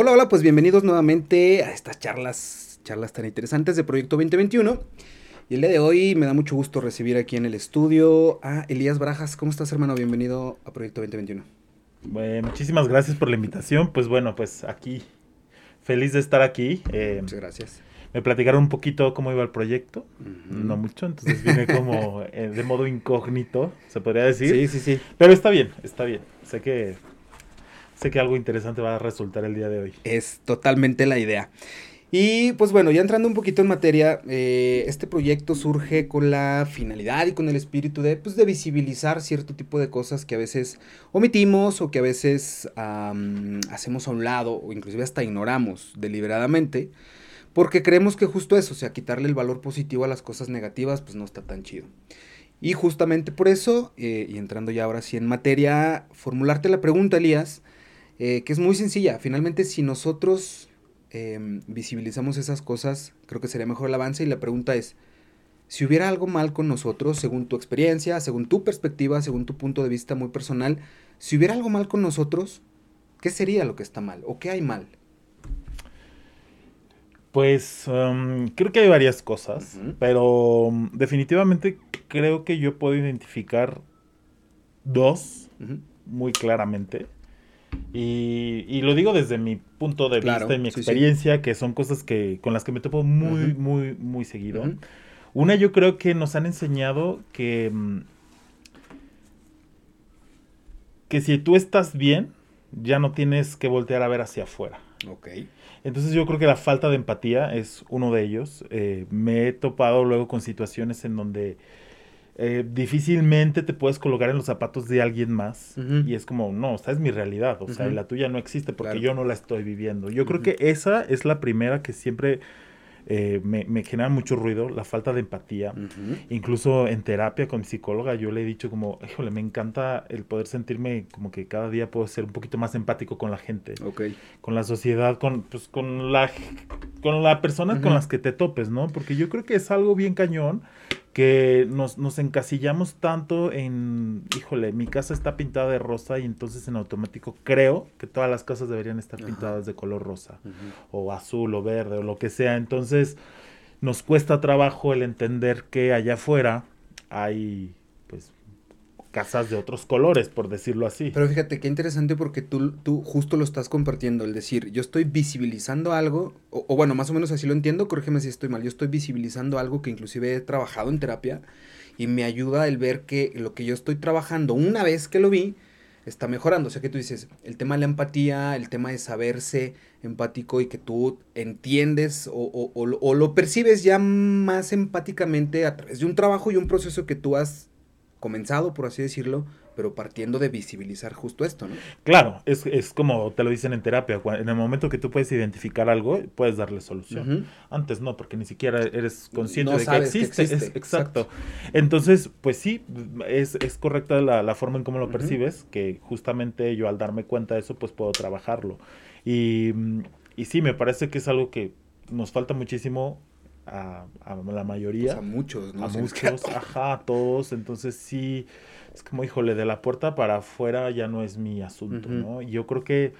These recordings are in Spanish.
Hola, hola, pues bienvenidos nuevamente a estas charlas tan interesantes de Proyecto 2021. Y el día de hoy me da mucho gusto recibir aquí en el estudio a Elías Barajas. ¿Cómo estás, hermano? Bienvenido a Proyecto 2021. Muchísimas gracias por la invitación. Pues bueno, pues aquí, feliz de estar aquí. Muchas gracias. Me platicaron un poquito cómo iba el proyecto, no Ujú. mucho, entonces vine como de modo incógnito, se podría decir. Sí, sí, sí. Pero está bien, está bien. Sé que algo interesante va a resultar el día de hoy. Es totalmente la idea. Y pues bueno, ya entrando un poquito en materia, este proyecto surge con la finalidad y con el espíritu de, pues, de visibilizar cierto tipo de cosas que a veces omitimos o que a veces hacemos a un lado o inclusive hasta ignoramos deliberadamente, porque creemos que justo eso, o sea, quitarle el valor positivo a las cosas negativas, pues no está tan chido. Y justamente por eso, y entrando ya ahora sí en materia, formularte la pregunta, Elías, que es muy sencilla. Finalmente, si nosotros visibilizamos esas cosas, creo que sería mejor el avance. Y la pregunta es, si hubiera algo mal con nosotros, según tu experiencia, según tu perspectiva, según tu punto de vista muy personal, si hubiera algo mal con nosotros, ¿qué sería lo que está mal? ¿O qué hay mal? Pues creo que hay varias cosas, Ujú, pero definitivamente creo que yo puedo identificar dos ujú. muy claramente. Y lo digo desde mi punto de vista y Claro, mi sí, sí. experiencia, que son cosas con las que me topo muy, Ujú, muy, muy seguido. ujú. Una, yo creo que nos han enseñado que si tú estás bien, ya no tienes que voltear a ver hacia afuera. Ok. Entonces yo creo que la falta de empatía es uno de ellos. Me he topado luego con situaciones en donde difícilmente te puedes colocar en los zapatos de alguien más. Ujú, Y es como, no, esta es mi realidad, o sea, y ujú. la tuya no existe porque Claro. yo no la estoy viviendo. Yo creo Ujú, que esa es la primera que siempre me genera mucho ruido, la falta de empatía. ujú. Incluso en terapia con mi psicóloga yo le he dicho como, híjole, me encanta el poder sentirme como que cada día puedo ser un poquito más empático con la gente, Ok. con la sociedad, con las personas con Ujú. las que te topes, ¿no? Porque yo creo que es algo bien cañón que nos encasillamos tanto en, híjole, mi casa está pintada de rosa y entonces en automático creo que todas las casas deberían estar Ajá. pintadas de color rosa Ujú. o azul o verde o lo que sea. Entonces nos cuesta trabajo el entender que allá afuera hay pues casas de otros colores, por decirlo así. Pero fíjate qué interesante porque tú justo lo estás compartiendo, el decir, yo estoy visibilizando algo, o bueno, más o menos así lo entiendo, corrígeme si estoy mal, yo estoy visibilizando algo que inclusive he trabajado en terapia y me ayuda el ver que lo que yo estoy trabajando, una vez que lo vi, está mejorando. O sea que tú dices, el tema de la empatía, el tema de saberse empático y que tú entiendes o lo percibes ya más empáticamente a través de un trabajo y un proceso que tú has comenzado, por así decirlo, pero partiendo de visibilizar justo esto, ¿no? Claro, es como te lo dicen en terapia, en el momento que tú puedes identificar algo, puedes darle solución. Ujú. Antes no, porque ni siquiera eres consciente No de que sabes que existe, existe, es exacto. exacto. Entonces, pues sí, es correcta la forma en cómo lo Ujú. percibes, que justamente yo al darme cuenta de eso, pues puedo trabajarlo. Y, mm, y sí, me parece que es algo que nos falta muchísimo a la Pues mayoría, a muchos, a ¿no? Se nos queda muchos, todo. ajá, a todos. Entonces sí, es como, híjole, de la puerta para afuera ya no es mi asunto, Ujú, ¿no? Y yo creo que,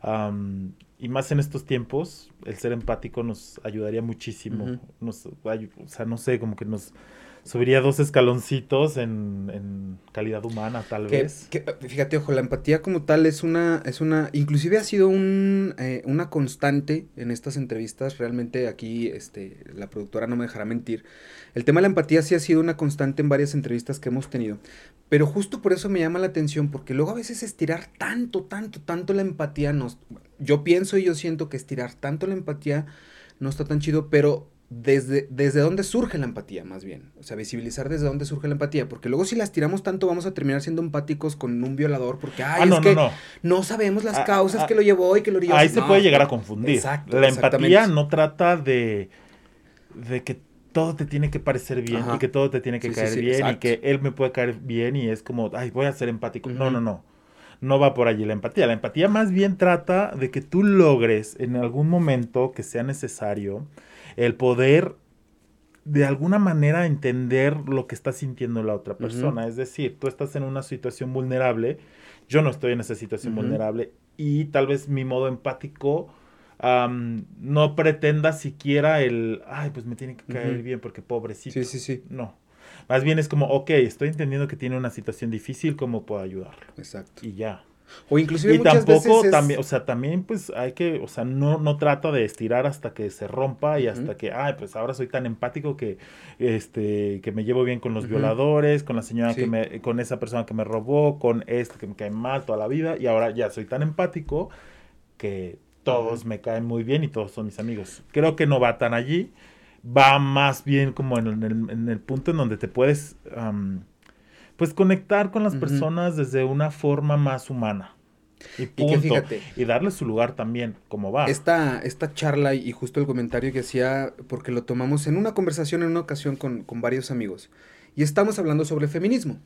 y más en estos tiempos, el ser empático nos ayudaría muchísimo. ujú. O sea, no sé, como que nos subiría dos escaloncitos en calidad humana, tal vez. Fíjate, ojo, la empatía como tal inclusive ha sido una constante en estas entrevistas, realmente aquí, la productora no me dejará mentir, el tema de la empatía sí ha sido una constante en varias entrevistas que hemos tenido, pero justo por eso me llama la atención, porque luego a veces estirar tanto, tanto, tanto la empatía, yo pienso y yo siento que estirar tanto la empatía no está tan chido, pero desde dónde surge la empatía, más bien. O sea, visibilizar desde dónde surge la empatía. Porque luego si las tiramos tanto vamos a terminar siendo empáticos con un violador. Porque, Ah, ay, es no, no, que no. no sabemos las Ah, causas que ah, lo llevó y que lo orilló. O ahí sea, se puede no, llegar a confundir. exacto, La empatía exactamente. no trata de que todo te tiene que parecer bien y Ajá. que todo te tiene que Sí, sí, caer sí, bien y exacto. que él me puede caer bien y es como, ay, voy a ser empático. No, Ujú, no, no. No va por allí la empatía. La empatía más bien trata de que tú logres en algún momento que sea necesario el poder de alguna manera entender lo que está sintiendo la otra ujú, persona. Es decir, tú estás en una situación vulnerable, yo no estoy en esa situación ujú, vulnerable y tal vez mi modo empático no pretenda siquiera ay, pues me tiene que caer bien porque pobrecito. Sí, sí, sí. No. Más bien es como, ok, estoy entendiendo que tiene una situación difícil, ¿cómo puedo ayudarlo? Exacto. Y ya. O inclusive Y muchas tampoco, veces también, o sea, también pues hay que, o sea, no trata de estirar hasta que se rompa y Ujú. hasta que, ay, pues ahora soy tan empático que me llevo bien con los Ujú. violadores, con la señora Sí. con esa persona que me robó, con este que me cae mal toda la vida, y ahora ya soy tan empático que todos me caen muy bien y todos son mis amigos. Creo que no va tan allí, va más bien como en el punto en donde te puedes, pues conectar con las Ujú. personas desde una forma más humana. Y Y que punto. fíjate, Y darle su lugar también, como va. esta charla y justo el comentario que hacía, porque lo tomamos en una conversación en una ocasión con varios amigos, y estamos hablando sobre feminismo.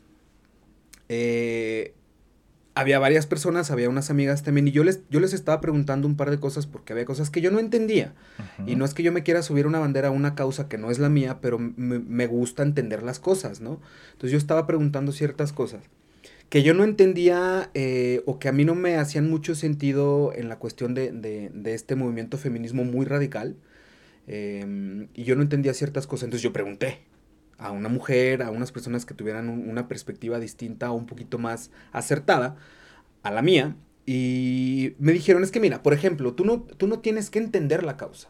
Eh, Había varias personas, había unas amigas también, y yo les estaba preguntando un par de cosas porque había cosas que yo no entendía. Y Ujú. no es que yo me quiera subir una bandera a una causa que no es la mía, pero me gusta entender las cosas, ¿no? Entonces yo estaba preguntando ciertas cosas que yo no entendía o que a mí no me hacían mucho sentido en la cuestión de este movimiento feminismo muy radical. Y yo no entendía ciertas cosas, entonces yo pregunté a una mujer, a unas personas que tuvieran una perspectiva distinta o un poquito más acertada a la mía. Y me dijeron, es que mira, por ejemplo, tú no tienes que entender la causa.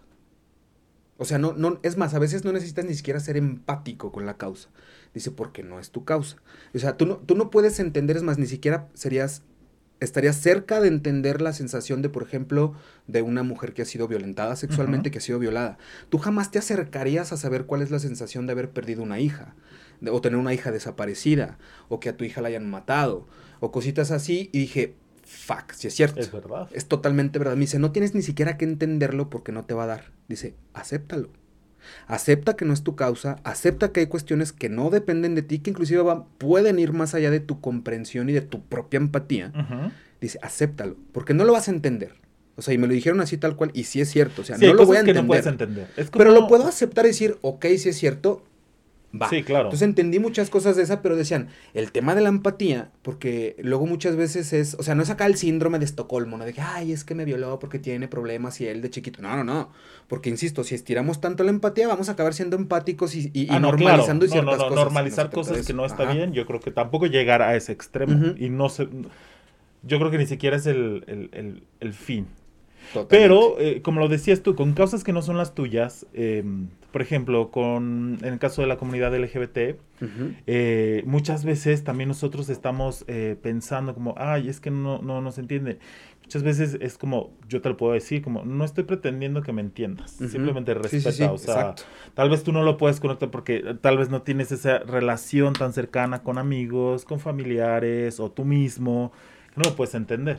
O sea, es más, a veces no necesitas ni siquiera ser empático con la causa. Dice, porque no es tu causa. O sea, tú no puedes entender, es más, ni siquiera estarías cerca de entender la sensación de, por ejemplo, de una mujer que ha sido violentada Ujú. sexualmente, que ha sido violada. Tú jamás te acercarías a saber cuál es la sensación de haber perdido una hija, o tener una hija desaparecida, o que a tu hija la hayan matado, o cositas así. Y dije, fuck, si es cierto. Es verdad. Es totalmente verdad. Me dice, no tienes ni siquiera que entenderlo porque no te va a dar. Dice, acéptalo. Acepta que no es tu causa, acepta que hay cuestiones que no dependen de ti, que inclusive pueden ir más allá de tu comprensión y de tu propia empatía. Ujú. Dice, acéptalo, porque no lo vas a entender. O sea, y me lo dijeron así tal cual, y sí es cierto, o sea, Sí, no hay lo voy a cosas que no puedes entender, entender. Es pero lo como... puedo aceptar y decir, ok, sí es cierto, va. Sí, claro. Entonces entendí muchas cosas de esa, pero decían, el tema de la empatía, porque luego muchas veces es, o sea, no es acá el síndrome de Estocolmo, ¿no? De que, ay, es que me violó porque tiene problemas y él de chiquito. No, no, no. Porque, insisto, si estiramos tanto la empatía, vamos a acabar siendo empáticos y Ah, no, claro. normalizando No, no, ciertas no. cosas. Y no se Normalizar trata de cosas que eso. no está Ajá. bien, yo creo que tampoco llegar a ese extremo. Ujú. Y no sé... Yo creo que ni siquiera es el fin. Totalmente. Pero, como lo decías tú, con causas que no son las tuyas, por ejemplo, en el caso de la comunidad LGBT, Ujú. muchas veces también nosotros estamos pensando como, ay, es que no se entiende. Muchas veces es como, yo te lo puedo decir, como, no estoy pretendiendo que me entiendas, Ujú. simplemente Sí, sí, respeta, sí, o sea, exacto. tal vez tú no lo puedes conectar porque tal vez no tienes esa relación tan cercana con amigos, con familiares o tú mismo, que no lo puedes entender.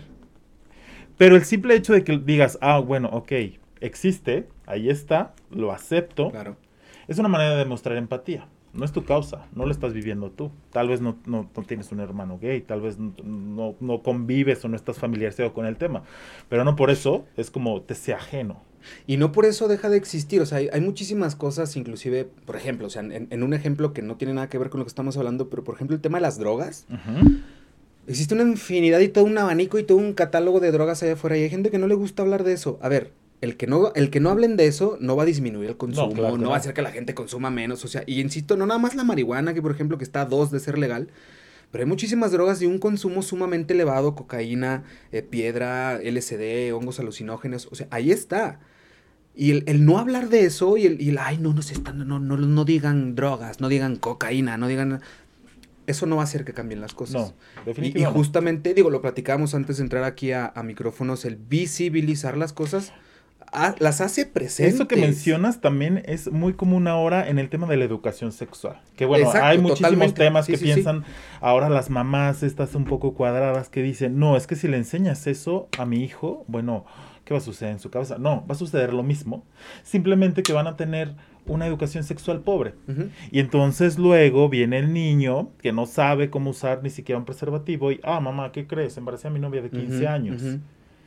Pero el simple hecho de que digas, ah, bueno, ok, existe, ahí está, lo acepto, Claro. es una manera de demostrar empatía. No es tu causa, no lo estás viviendo tú. Tal vez no tienes un hermano gay, tal vez no convives o no estás familiarizado con el tema. Pero no por eso es como te sea ajeno. Y no por eso deja de existir, o sea, hay muchísimas cosas, inclusive, por ejemplo, o sea, en un ejemplo que no tiene nada que ver con lo que estamos hablando, pero por ejemplo el tema de las drogas, Ujú. existe una infinidad y todo un abanico y todo un catálogo de drogas allá afuera y hay gente que no le gusta hablar de eso. A ver, el que no hablen de eso no va a disminuir el No, consumo, claro que no va a no. hacer que la gente consuma menos, o sea, y insisto, no nada más la marihuana, que por ejemplo que está a dos de ser legal, pero hay muchísimas drogas de un consumo sumamente elevado, cocaína, piedra, LSD, hongos alucinógenos, o sea, ahí está. Y el no hablar de eso ay, no, no se están, no digan drogas, no digan cocaína, no digan, eso no va a hacer que cambien las cosas. No, Y definitivo no. justamente, digo, lo platicábamos antes de entrar aquí a micrófonos, el visibilizar las cosas las hace Eso que presentes. mencionas también es muy común ahora en el tema de la educación sexual. Que bueno, hay Exacto, muchísimos totalmente. temas Sí, que sí, sí. piensan ahora las mamás, estas un poco cuadradas, que dicen, no, es que si le enseñas eso a mi hijo, bueno, ¿qué va a suceder en su cabeza? No, va a suceder lo mismo. Simplemente que van a tener una educación sexual pobre. Ujú. Y entonces luego viene el niño que no sabe cómo usar ni siquiera un preservativo y, ah, mamá, ¿qué crees? Embaracé a mi novia de 15 Ujú, ujú. años.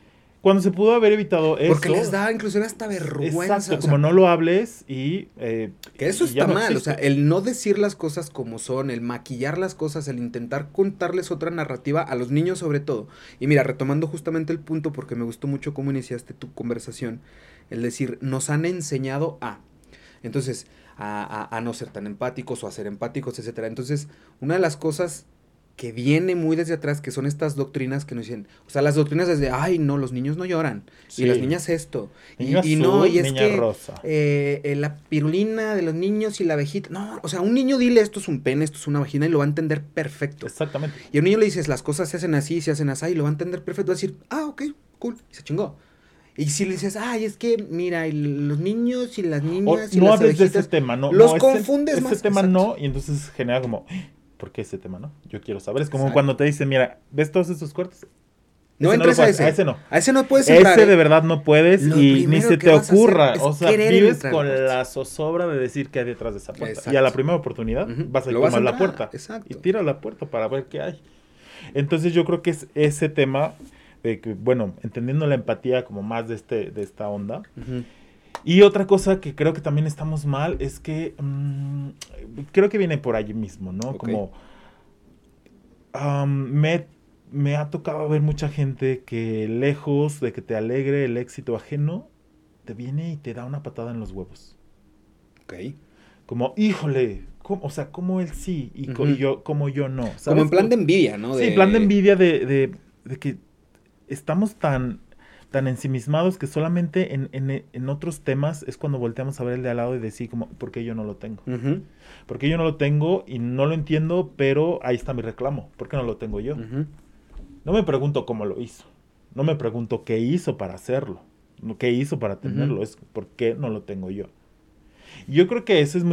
Cuando se pudo haber evitado eso. Porque les da inclusive hasta vergüenza. Exacto, como no lo hables y... que eso y ya está no mal, existe. o sea, el no decir las cosas como son, el maquillar las cosas, el intentar contarles otra narrativa a los niños sobre todo. Y mira, retomando justamente el punto, porque me gustó mucho cómo iniciaste tu conversación, el decir, nos han enseñado a... Entonces, a no ser tan empáticos o a ser empáticos, etcétera. Entonces, una de las cosas que viene muy desde atrás, que son estas doctrinas que nos dicen, o sea, las doctrinas desde, ay, no, los niños no lloran, Sí. y las niñas esto, Niño y no, azul, y es niña que rosa. la pirulina de los niños y la abejita, no, o sea, un niño dile esto es un pene, esto es una vagina, y lo va a entender perfecto. Exactamente. Y a un niño le dices, las cosas se hacen así, se hacen así, y lo va a entender perfecto, va a decir, ah, ok, cool, y se chingó. Y si le dices, ay, es que, mira, los niños y las O niñas y no las hables de ese abejitas, tema, no. los no, confundes ese más. tema Exacto. no, y entonces genera como, ¿por qué ese tema no? Yo quiero saber. Es como Exacto. cuando te dicen, mira, ¿ves todos esos cortes? No Ese entres lo a puedes- ese. A ese no. A ese no puedes entrar. Ese de verdad no puedes Lo y ni primero se que te vas a hacer ocurra. es O sea, querer vives entrar, con pues. la zozobra de decir qué hay detrás de esa puerta. Exacto. Y a la primera oportunidad Ujú. vas a Lo vas a tomar la entrar, puerta. exacto. Y tira la puerta para ver qué hay. Entonces yo creo que es ese tema de que, bueno, entendiendo la empatía como más de esta onda. Ujú. Y otra cosa que creo que también estamos mal es que creo que viene por allí mismo, ¿no? Ok. Como me ha tocado ver mucha gente que lejos de que te alegre el éxito ajeno, te viene y te da una patada en los huevos. Ok. Como, híjole, o sea, como él sí y, Ujú. y yo como yo no. ¿sabes? Como en plan de envidia, ¿no? Sí, plan de envidia de que estamos tan ensimismados que solamente en otros temas es cuando volteamos a ver el de al lado y decir como, ¿por qué yo no lo tengo? Ujú. Porque yo no lo tengo y no lo entiendo, pero ahí está mi reclamo. ¿Por qué no lo tengo yo? Ujú. No me pregunto cómo lo hizo. No me pregunto qué hizo para hacerlo. ¿Qué hizo para tenerlo? Ujú. Es por qué no lo tengo yo. Y yo creo que eso es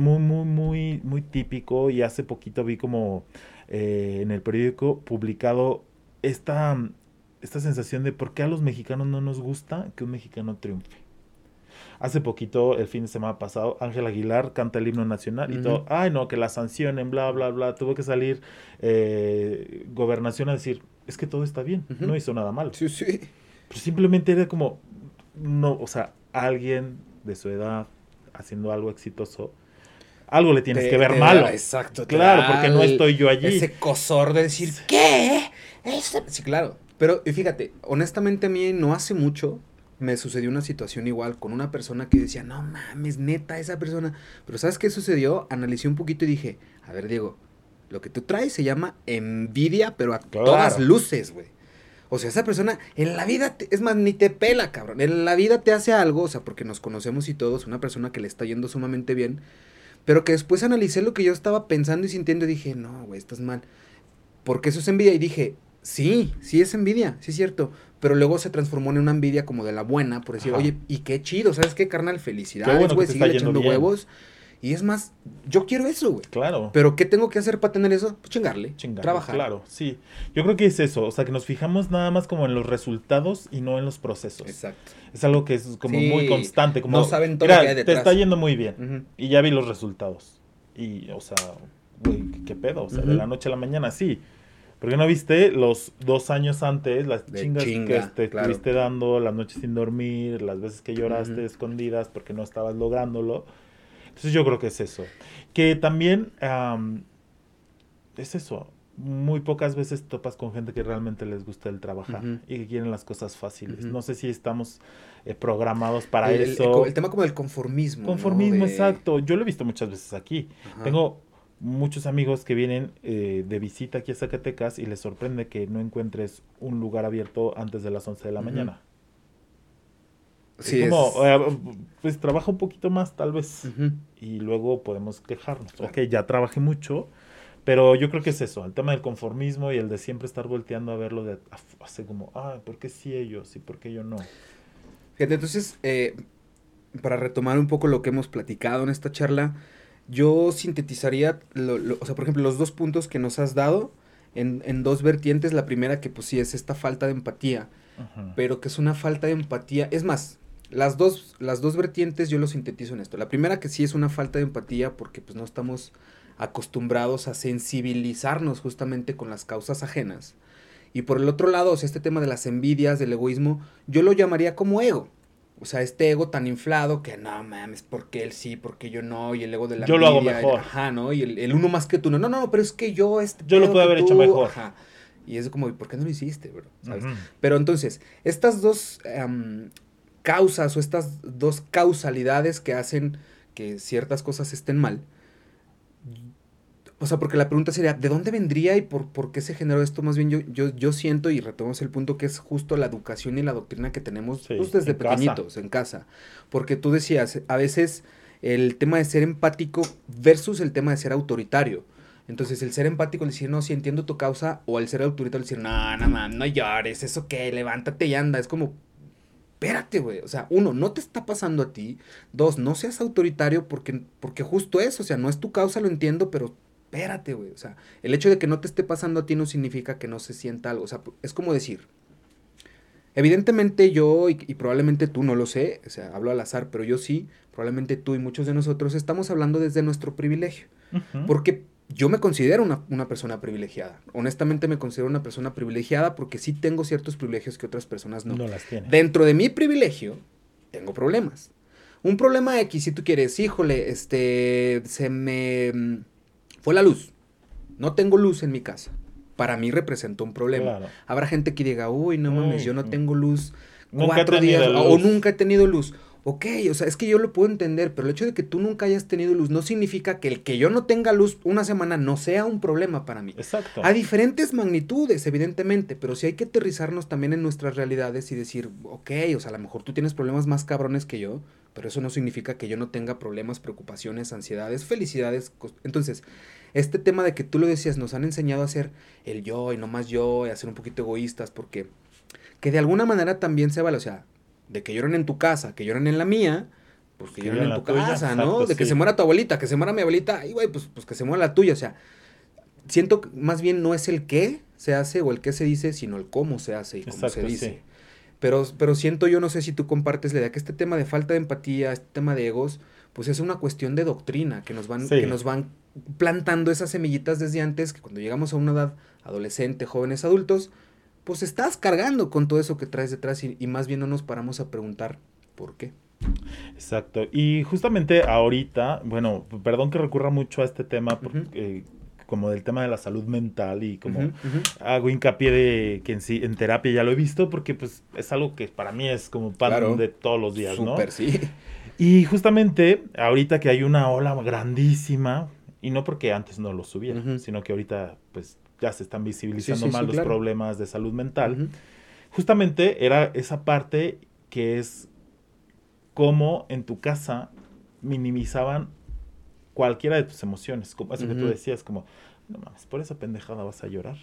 muy típico y hace poquito vi como en el periódico publicado esta sensación de por qué a los mexicanos no nos gusta que un mexicano triunfe. Hace poquito, el fin de semana pasado, Ángel Aguilar canta el himno nacional y Ujú. todo, ay no, que la sancionen, bla, bla, bla, tuvo que salir Gobernación a decir, es que todo está bien, Ujú. no hizo nada malo. Sí, sí. Pero simplemente era como, no, o sea, alguien de su edad haciendo algo exitoso, algo le tienes que ver Te malo. da- exacto. te Claro, da porque no estoy yo allí. Ese cosor de decir, ¿qué? Sí, claro. Pero y fíjate, honestamente a mí no hace mucho me sucedió una situación igual con una persona que decía, no mames, neta, esa persona. Pero ¿sabes qué sucedió? Analicé un poquito y dije, a ver, Diego, lo que tú traes se llama envidia, pero a Claro. todas luces, güey. O sea, esa persona en la vida, es más, ni te pela, cabrón. En la vida te hace algo, o sea, porque nos conocemos y todos, una persona que le está yendo sumamente bien, pero que después analicé lo que yo estaba pensando y sintiendo y dije, no, güey, estás mal. Porque eso es envidia. Y dije, sí, sí es envidia, sí es cierto. Pero luego se transformó en una envidia como de la buena, por decir, Ajá. oye, y qué chido, ¿sabes qué, carnal? Qué Felicidades, bueno que güey, te sigue está yendo echando bien. huevos. Y es más, yo quiero eso, güey. Claro. Pero ¿qué tengo que hacer para tener eso? Pues chingarle, trabajar. Claro, sí. Yo creo que es eso, o sea, que nos fijamos nada más como en los resultados y no en los procesos. Exacto. Es algo que es como Sí, muy constante, como no saben todo mira, lo que hay detrás. te está yendo muy bien Ujú. y ya vi los resultados. Y, o sea, güey, ¿qué pedo? O sea, de Ujú. la noche a la mañana, sí. ¿Por qué no viste los 2 años antes, las De chingas chinga, que te claro. estuviste dando, las noches sin dormir, las veces que lloraste Ujú. escondidas porque no estabas lográndolo? Entonces yo creo que es eso. Que también es eso. Muy pocas veces topas con gente que realmente les gusta el trabajar Ujú. y que quieren las cosas fáciles. Ujú. No sé si estamos programados para El eso. tema como del conformismo. Conformismo, ¿no? De... exacto. Yo lo he visto muchas veces aquí. Ajá. Tengo muchos amigos que vienen de visita aquí a Zacatecas y les sorprende que no encuentres un lugar abierto antes de las 11 de la Ujú. mañana. Sí, es como, pues trabaja un poquito más tal vez Ujú. y luego podemos quejarnos. Claro. Ok, ya trabajé mucho, pero yo creo que es eso, el tema del conformismo y el de siempre estar volteando a verlo de así como, ¿por qué sí ellos y por qué yo no? Fíjate, entonces, para retomar un poco lo que hemos platicado en esta charla, yo sintetizaría, o sea, por ejemplo, los 2 puntos que nos has dado en 2 vertientes. La primera que pues sí es esta falta de empatía, Ajá. pero que es una falta de empatía. Es más, las dos vertientes yo lo sintetizo en esto. La primera que sí es una falta de empatía porque pues no estamos acostumbrados a sensibilizarnos justamente con las causas ajenas. Y por el otro lado, o sea, este tema de las envidias, del egoísmo, yo lo llamaría como ego. O sea, este ego tan inflado que no mames, porque él sí, porque yo no, y el ego de la Yo lo hago envidia, mejor. ajá, ¿no? Y el uno más que tú, no, no, no, pero es que yo Yo lo pedo pude que haber hecho tú, mejor. ajá. Y es como, ¿por qué no lo hiciste, bro? ¿Sabes? Ujú. Pero entonces, estas dos causas o estas dos causalidades que hacen que ciertas cosas estén mal, o sea, porque la pregunta sería, ¿de dónde vendría y por qué se generó esto? Más bien yo siento, y retomamos el punto, que es justo la educación y la doctrina que tenemos Sí, pues, desde en casa. pequeñitos, en casa. Porque tú decías, a veces el tema de ser empático versus el tema de ser autoritario. Entonces, el ser empático, el decir, no, sí entiendo tu causa, o el ser autoritario, el decir, no, no, man, no llores, eso qué, levántate y anda. Es como, espérate, güey. O sea, uno, no te está pasando a ti. Dos, no seas autoritario porque justo eso, o sea, no es tu causa, lo entiendo, pero espérate, güey. O sea, el hecho de que no te esté pasando a ti no significa que no se sienta algo. O sea, es como decir, evidentemente yo y probablemente tú, no lo sé, o sea, hablo al azar, pero yo sí, probablemente tú y muchos de nosotros estamos hablando desde nuestro privilegio. Ujú. Porque yo me considero una persona privilegiada. Honestamente me considero una persona privilegiada porque sí tengo ciertos privilegios que otras personas no. No las tiene. Dentro de mi privilegio, tengo problemas. Un problema X, si tú quieres, híjole, se me fue la luz. No tengo luz en mi casa. Para mí representó un problema. Claro. Habrá gente que diga, uy, no mames, yo no tengo luz Nunca he 4 tenido días o luz. nunca he tenido luz. Ok, o sea, es que yo lo puedo entender, pero el hecho de que tú nunca hayas tenido luz no significa que el que yo no tenga luz una semana no sea un problema para mí. Exacto. A diferentes magnitudes, evidentemente, pero sí hay que aterrizarnos también en nuestras realidades y decir, ok, o sea, a lo mejor tú tienes problemas más cabrones que yo, pero eso no significa que yo no tenga problemas, preocupaciones, ansiedades, felicidades. Entonces, este tema de que tú lo decías, nos han enseñado a ser el yo y no más yo, y a ser un poquito egoístas, porque que de alguna manera también se vale, o sea, de que lloran en tu casa, que lloran en la mía, pues que lloran en tu tuya, casa, ¿no? exacto, De que sí. se muera tu abuelita, que se muera mi abuelita, ay, güey, pues que se muera la tuya, o sea, siento que más bien no es el qué se hace o el qué se dice, sino el cómo se hace y cómo Exacto, se dice. sí. Pero siento yo, no sé si tú compartes la idea, que este tema de falta de empatía, este tema de egos, pues es una cuestión de doctrina, que Sí. nos van plantando esas semillitas desde antes, que cuando llegamos a una edad adolescente, jóvenes, adultos, pues estás cargando con todo eso que traes detrás y más bien no nos paramos a preguntar por qué. Exacto. Y justamente ahorita, bueno, perdón que recurra mucho a este tema, Ujú. como del tema de la salud mental y como Ujú, ujú. hago hincapié de que en terapia ya lo he visto porque pues es algo que para mí es como pan Claro. de todos los días, ¿no? Súper, sí. Y justamente ahorita que hay una ola grandísima, y no porque antes no lo subiera, Ujú. sino que ahorita pues ya se están visibilizando Sí, más sí, los claro. problemas de salud mental. Ujú. Justamente era esa parte que es cómo en tu casa minimizaban cualquiera de tus emociones, como eso que tú Ujú. decías, como, no mames, por esa pendejada vas a llorar.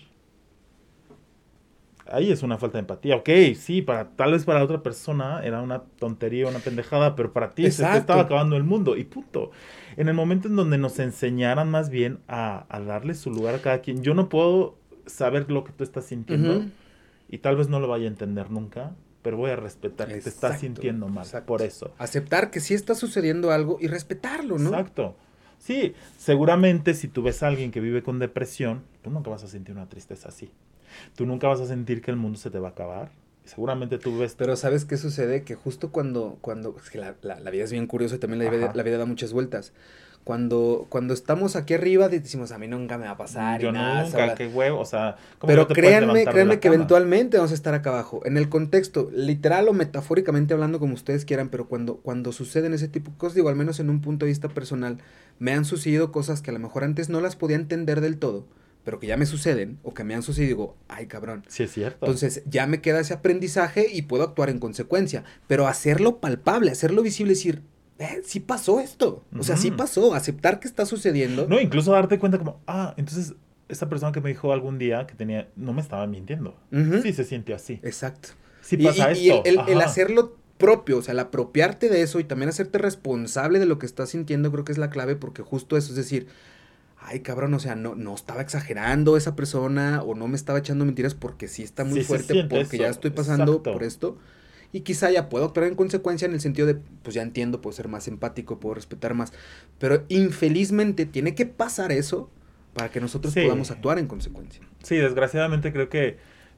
Ahí es una falta de empatía. Ok, sí, tal vez para otra persona era una tontería, una pendejada, pero para ti se te estaba Exacto. acabando el mundo y punto. En el momento en donde nos enseñaran más bien a darle su lugar a cada quien, yo no puedo saber lo que tú estás sintiendo Ujú. y tal vez no lo vaya a entender nunca, pero voy a respetar que te estás Exacto, sintiendo mal exacto. por eso. Aceptar que sí está sucediendo algo y respetarlo, ¿no? Exacto. Sí, seguramente si tú ves a alguien que vive con depresión, tú nunca vas a sentir una tristeza así. Tú nunca vas a sentir que el mundo se te va a acabar. Seguramente tú ves... Pero ¿sabes qué sucede? Que justo es que la vida es bien curiosa y también Ajá. la vida da muchas vueltas. Cuando estamos aquí arriba decimos, a mí nunca me va a pasar y Yo nada. nunca, qué huevo, o sea... ¿cómo Pero no te puedes levantar de créanme la que cama? eventualmente vamos a estar acá abajo. En el contexto, literal o metafóricamente hablando, como ustedes quieran, pero cuando suceden ese tipo de cosas, digo, al menos en un punto de vista personal, me han sucedido cosas que a lo mejor antes no las podía entender del todo, pero que ya me suceden, o que me han sucedido, digo, ay cabrón. Sí, es cierto. Entonces ya me queda ese aprendizaje y puedo actuar en consecuencia, pero hacerlo palpable, hacerlo visible, decir, sí pasó esto, o sea, sí Ujú. pasó, aceptar que está sucediendo. No, incluso darte cuenta como, entonces esa persona que me dijo algún día que tenía, no me estaba mintiendo. Ujú. Sí se siente así. Exacto. Sí pasa Y esto. el Ajá. hacerlo propio, o sea, el apropiarte de eso y también hacerte responsable de lo que estás sintiendo, creo que es la clave, porque justo eso, es decir, ay cabrón, o sea, no estaba exagerando esa persona o no me estaba echando mentiras porque sí está muy Sí se fuerte, siente porque eso. ya estoy pasando Exacto. por esto. Y quizá ya puedo actuar en consecuencia en el sentido de, pues ya entiendo, puedo ser más empático, puedo respetar más. Pero infelizmente tiene que pasar eso para que nosotros Sí. podamos actuar en consecuencia. Sí, desgraciadamente creo que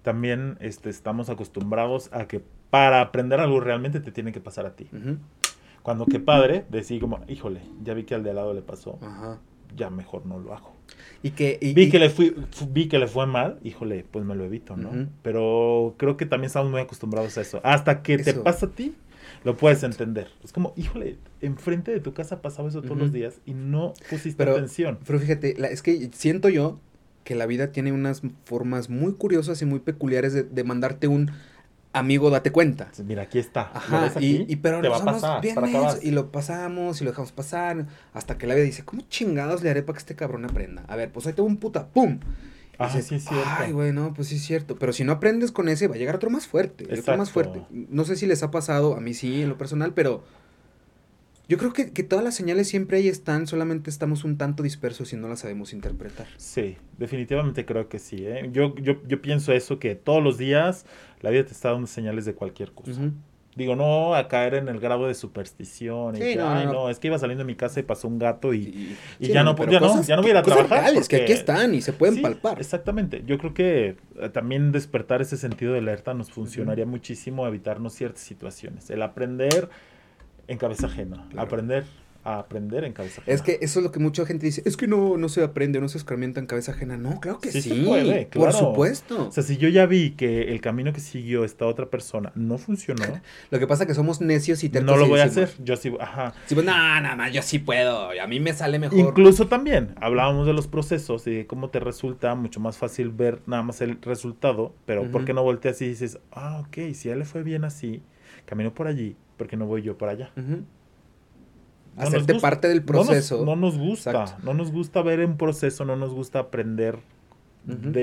también estamos acostumbrados a que para aprender algo realmente te tiene que pasar a ti. Ujú. Cuando qué padre, decir como, híjole, ya vi que al de al lado le pasó, Ajá. ya mejor no lo hago. Y que... Vi que le fue mal, híjole, pues me lo evito, ¿no? Ujú. Pero creo que también estamos muy acostumbrados a eso. Hasta que te Eso. pasa a ti, lo puedes entender. Es como, híjole, enfrente de tu casa pasaba eso todos Ujú. los días y no pusiste Pero, atención. pero fíjate, es que siento yo que la vida tiene unas formas muy curiosas y muy peculiares de mandarte un amigo, date cuenta. Mira, aquí está. ¿Lo Ajá, ves aquí? pero te no va a somos pasar. bien Para acá mensos, vas. y lo pasamos y lo dejamos pasar hasta que la vida dice, ¿cómo chingados le haré para que este cabrón aprenda? A ver, pues ahí tengo un puta, ¡pum! Y Ah, dices, sí es cierto. ay, güey, no, pues sí es cierto. Pero si no aprendes con ese, va a llegar otro más fuerte, y otro más Exacto. fuerte. No sé si les ha pasado, a mí sí, en lo personal, pero yo creo que todas las señales siempre ahí están, solamente estamos un tanto dispersos y no las sabemos interpretar. Sí, definitivamente creo que sí, ¿eh? Yo pienso eso, que todos los días la vida te está dando señales de cualquier cosa. Ujú. Digo, no a caer en el grado de superstición y Sí, que, no, ay, no, no. no, es que iba saliendo de mi casa y pasó un gato y Sí, ya no, pero ya no cosas, voy a ir a cosas trabajar reales que aquí porque... están y se pueden Sí, palpar. exactamente. Yo creo que también despertar ese sentido de alerta nos funcionaría muchísimo a evitarnos ciertas situaciones. El aprender en cabeza ajena, Claro. aprender a aprender en cabeza ajena. Es que eso es lo que mucha gente dice, es que no se aprende, no se escarmienta en cabeza ajena. No, claro que Sí sí, se puede, por claro. supuesto. O sea, si yo ya vi que el camino que siguió esta otra persona no funcionó, Lo que pasa es que somos necios y tercos no lo y voy a decimos, hacer. Yo sí, ajá. Sí, pues, no, yo sí puedo, a mí me sale mejor. Incluso también hablábamos de los procesos y de cómo te resulta mucho más fácil ver nada más el resultado, pero ¿por qué no volteas y dices, ah, ok, si a él le fue bien así, camino por allí, ¿por qué no voy yo para allá? Ujú. No nos Hacerte gusta- parte del proceso. No nos gusta, Exacto. no nos gusta ver un proceso, no nos gusta aprender, Ujú.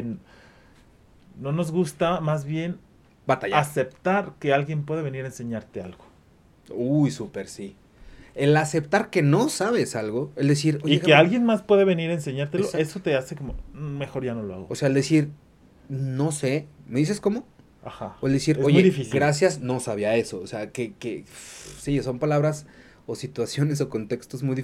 no nos gusta más bien Batallar. aceptar que alguien puede venir a enseñarte algo. Uy, súper sí. El aceptar que no sabes algo, el decir, oye, Y que Gabriel, alguien más puede venir a enseñártelo, Exacto. eso te hace como, mejor ya no lo hago. o sea, el decir, no sé, ¿me dices cómo? Ajá. O el decir, Es muy oye, difícil. gracias, no sabía eso. O sea, sí, son palabras o situaciones o contextos muy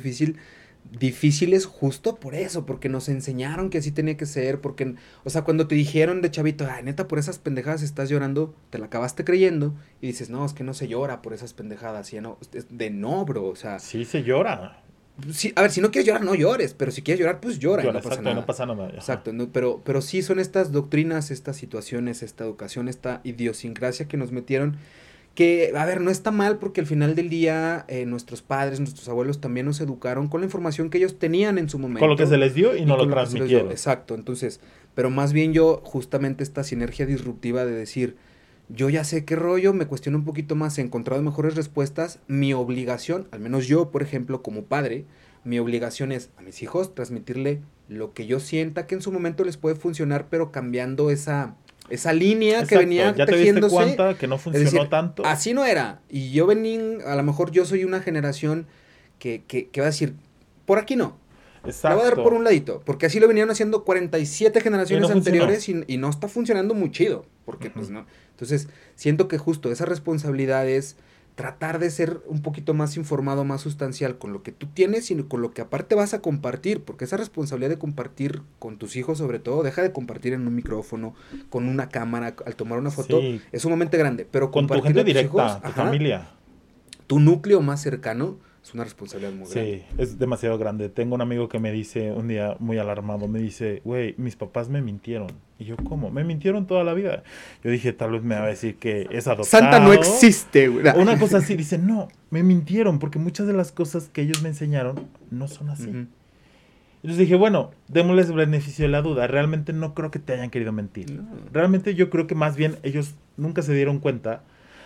difíciles justo por eso, porque nos enseñaron que así tenía que ser, porque, o sea, cuando te dijeron de chavito, ay, neta, por esas pendejadas estás llorando, te la acabaste creyendo y dices, no, es que no se llora por esas pendejadas, ya no, es de no, bro, o sea, Sí se llora. sí, a ver, si no quieres llorar, no llores, pero si quieres llorar, pues llora, y no pasa exacto, nada. no pasa nada. Ajá. Exacto, no, pero sí son estas doctrinas, estas situaciones, esta educación, esta idiosincrasia que nos metieron, que, a ver, no está mal porque al final del día nuestros padres, nuestros abuelos también nos educaron con la información que ellos tenían en su momento. Con lo que se les dio y no lo con que se les dio. transmitieron. Exacto, entonces, pero más bien yo, justamente esta sinergia disruptiva de decir, yo ya sé qué rollo, me cuestiono un poquito más, he encontrado mejores respuestas, mi obligación, al menos yo, por ejemplo, como padre, mi obligación es a mis hijos transmitirle lo que yo sienta que en su momento les puede funcionar, pero cambiando esa línea que Exacto, venía ya te diste tejiéndose. cuenta que no Es funcionó decir, tanto. así no era. Y yo a lo mejor yo soy una generación que va a decir, por aquí no. La voy a dar Exacto. por un ladito. Porque así lo venían haciendo 47 generaciones Y no anteriores y no está funcionando muy chido. Porque pues no. Entonces, siento que justo esa responsabilidad es tratar de ser un poquito más informado, más sustancial con lo que tú tienes y con lo que aparte vas a compartir, porque esa responsabilidad de compartir con tus hijos sobre todo, deja de compartir en un micrófono, con una cámara, al tomar una foto, Sí. es sumamente grande, pero Con tu compartirle gente a tus directa, hijos, tu ajá, familia. tu núcleo más cercano, es una responsabilidad muy grande. Sí, es demasiado grande. Tengo un amigo que me dice un día muy alarmado, me dice, güey, mis papás me mintieron. Y yo, ¿cómo? Me mintieron toda la vida. Yo dije, tal vez me va a decir que es adoptado. Santa no existe, güey. Una cosa así, dice, no, me mintieron porque muchas de las cosas que ellos me enseñaron no son así. Ujú. Entonces dije, bueno, démosles el beneficio de la duda. Realmente no creo que te hayan querido mentir. No. Realmente yo creo que más bien ellos nunca se dieron cuenta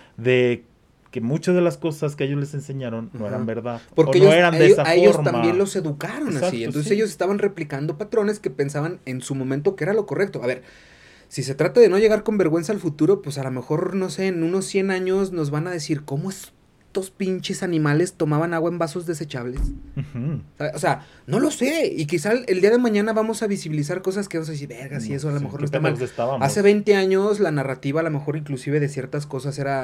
de que muchas de las cosas que ellos les enseñaron no Ajá. eran verdad. Porque o ellos, no eran de esa a ellos forma. también los educaron Exacto, así. Entonces sí. ellos estaban replicando patrones que pensaban en su momento que era lo correcto. A ver, si se trata de no llegar con vergüenza al futuro, pues a lo mejor, no sé, en unos 100 años nos van a decir cómo estos pinches animales tomaban agua en vasos desechables. Ujú. O sea, no lo sé. Y quizá el día de mañana vamos a visibilizar cosas que vamos a decir, verga, si eso a lo Sí, mejor qué no está mal. pendejos estábamos. Hace 20 años la narrativa a lo mejor inclusive de ciertas cosas era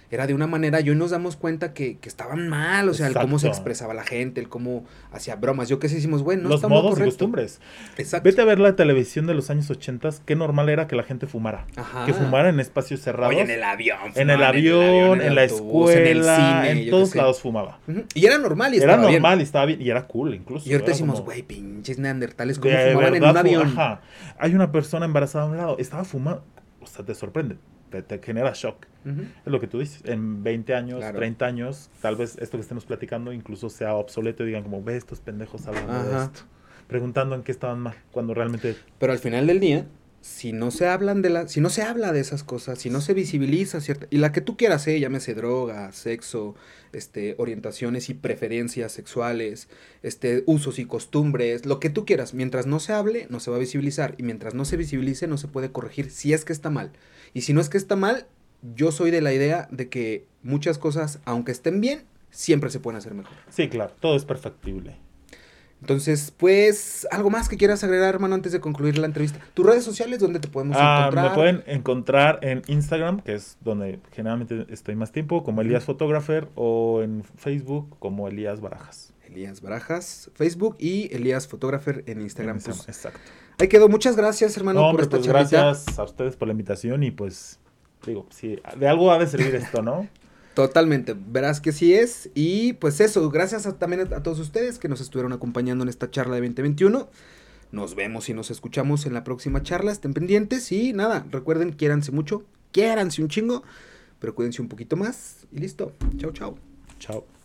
era de una manera, y hoy nos damos cuenta que estaban mal, o sea, el cómo se Exacto. expresaba la gente, el cómo hacía bromas. Yo qué sé, decimos, bueno, no Los está muy modos y correcto. costumbres. Exacto. Vete a ver la televisión de los años 80, qué normal era que la gente fumara. Ajá. Que fumara en espacios cerrados. Oye, en el avión. En el fumaban, avión, en la autobús, en el escuela, cine, en yo qué todos sé. lados fumaba. Ujú. Y era normal y Era estaba bien. normal y estaba bien, y era cool incluso. Y ahorita Era decimos, como, güey, pinches neandertales, ¿cómo de fumaban en verdad, un avión? ajá. Hay una persona embarazada a un lado, estaba fumando, o sea, te sorprende, te genera shock. Ujú. Es lo que tú dices, en 20 años, Claro. 30 años, tal vez esto que estemos platicando incluso sea obsoleto y digan como, ve estos pendejos hablando de Ajá. esto, preguntando en qué estaban mal, cuando realmente... Pero al final del día, si no se hablan si no se habla de esas cosas, si no se visibiliza cierta, y la que tú quieras, llámese droga, sexo, orientaciones y preferencias sexuales, usos y costumbres, lo que tú quieras, mientras no se hable, no se va a visibilizar, y mientras no se visibilice, no se puede corregir si es que está mal. Y si no es que está mal, yo soy de la idea de que muchas cosas, aunque estén bien, siempre se pueden hacer mejor. Sí, claro, todo es perfectible. Entonces, pues, ¿algo más que quieras agregar, hermano, antes de concluir la entrevista? ¿Tus redes sociales dónde te podemos encontrar? Me pueden encontrar en Instagram, que es donde generalmente estoy más tiempo, como Elías Photographer, o en Facebook como Elías Barajas. Elías Barajas, Facebook, y Elías Photographer en Instagram. Pues, Exacto. ahí quedó. Muchas gracias, hermano, No, por hombre, esta pues charlita. gracias a ustedes por la invitación y pues digo, sí, de algo ha de servir esto, ¿no? Totalmente, verás que sí es. Y pues eso, gracias también a todos ustedes que nos estuvieron acompañando en esta charla de 2021. Nos vemos y nos escuchamos en la próxima charla. Estén pendientes y nada, recuerden, quiéranse mucho, quiéranse un chingo, pero cuídense un poquito más y listo. Chao, chao. Chao.